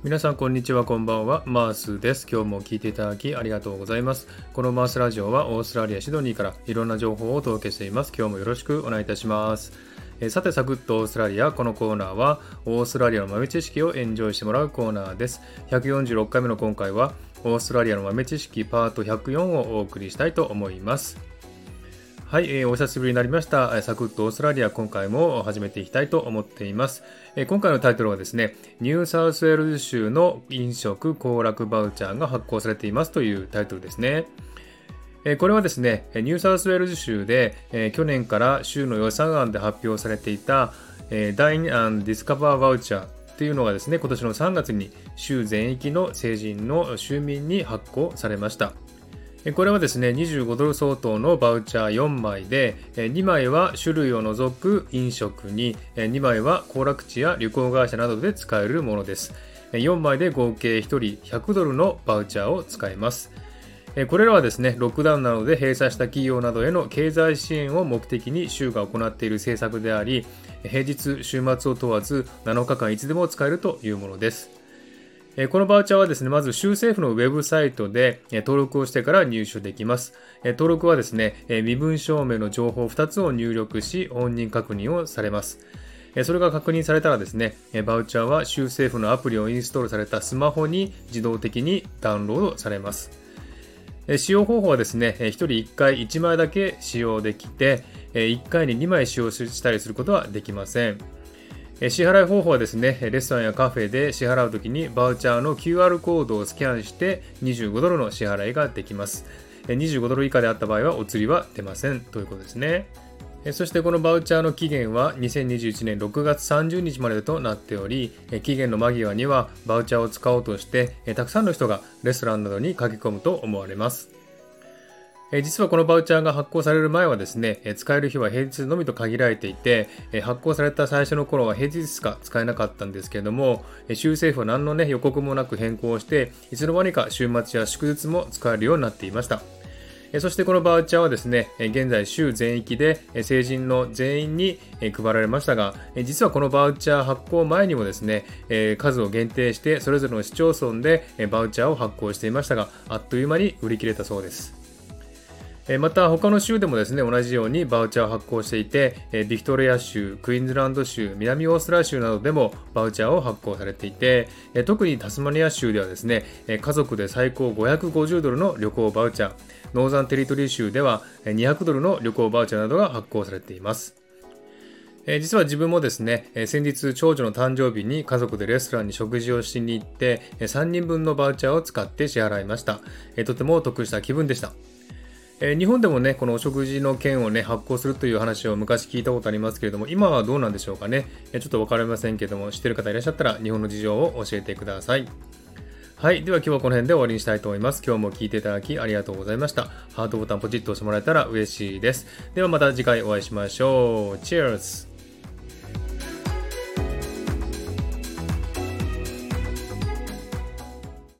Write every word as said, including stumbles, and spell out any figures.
皆さんこんにちは、こんばんは。マースです。今日も聞いていただきありがとうございます。このマースラジオはオーストラリア・シドニーからいろんな情報をお届けしています。今日もよろしくお願いいたします。えー、さて、サクッとオーストラリア。このコーナーはオーストラリアの豆知識をエンジョイしてもらうコーナーです。ひゃくよんじゅうろっかいめの今回はオーストラリアの豆知識パートひゃくよんをお送りしたいと思います。はい、えー、お久しぶりになりました。サクッとオーストラリア、今回も始めていきたいと思っています。えー、今回のタイトルはですね、ニューサウスウェールズ州の飲食行楽バウチャーが発行されていますというタイトルですね。えー、これはですね、ニューサウスウェールズ州で、えー、去年から州の予算案で発表されていた、えー、ダイン&ディスカバーバウチャーっていうのがですね、今年のさんがつに州全域の成人の州民に発行されました。これはですね、にじゅうごドル相当のバウチャーよんまいで、にまいは種類を除く飲食に、にまいは行楽地や旅行会社などで使えるものです。よんまいで合計ひとりひゃくドルのバウチャーを使えます。これらはですね、ロックダウンなどで閉鎖した企業などへの経済支援を目的に州が行っている政策であり、平日、週末を問わずなのかかんいつでも使えるというものです。このバウチャーはですね、まず州政府のウェブサイトで登録をしてから入手できます。登録はですね、身分証明の情報ふたつを入力し、本人確認をされます。それが確認されたらですね、バウチャーは州政府のアプリをインストールされたスマホに自動的にダウンロードされます。使用方法はですね、ひとりいっかいいちまいだけ使用できて、いっかいににまい使用したりすることはできません。支払い方法はですね、レストランやカフェで支払うときにバウチャーの キューアール コードをスキャンしてにじゅうごドルの支払いができます。にじゅうごドル以下であった場合はお釣りは出ませんということですね。そしてこのバウチャーの期限はにせんにじゅういちねんろくがつさんじゅうにちまでとなっており、期限の間際にはバウチャーを使おうとしてたくさんの人がレストランなどに駆け込むと思われます。実はこのバウチャーが発行される前はですね、使える日は平日のみと限られていて、発行された最初の頃は平日しか使えなかったんですけれども、州政府は何の、ね、予告もなく変更して、いつの間にか週末や祝日も使えるようになっていました。そしてこのバウチャーはですね、現在州全域で成人の全員に配られましたが、実はこのバウチャー発行前にもですね、数を限定してそれぞれの市町村でバウチャーを発行していましたが、あっという間に売り切れたそうです。また他の州でもですね、同じようにバウチャーを発行していて、ビクトリア州、クイーンズランド州、南オーストラリア州などでもバウチャーを発行されていて、特にタスマニア州ではですね、家族で最高ごひゃくごじゅうドルの旅行バウチャー、ノーザンテリトリー州ではにひゃくドルの旅行バウチャーなどが発行されています。実は自分もですね、先日長女の誕生日に家族でレストランに食事をしに行ってさんにんぶんのバウチャーを使って支払いました。とても得した気分でした。日本でもね、このお食事の券をね、発行するという話を昔聞いたことありますけれども、今はどうなんでしょうかね。ちょっとわかりませんけども、知っている方いらっしゃったら日本の事情を教えてください。はい。では今日はこの辺で終わりにしたいと思います。今日も聞いていただきありがとうございました。ハートボタンポチッと押してもらえたら嬉しいです。ではまた次回お会いしましょう。チェアーズ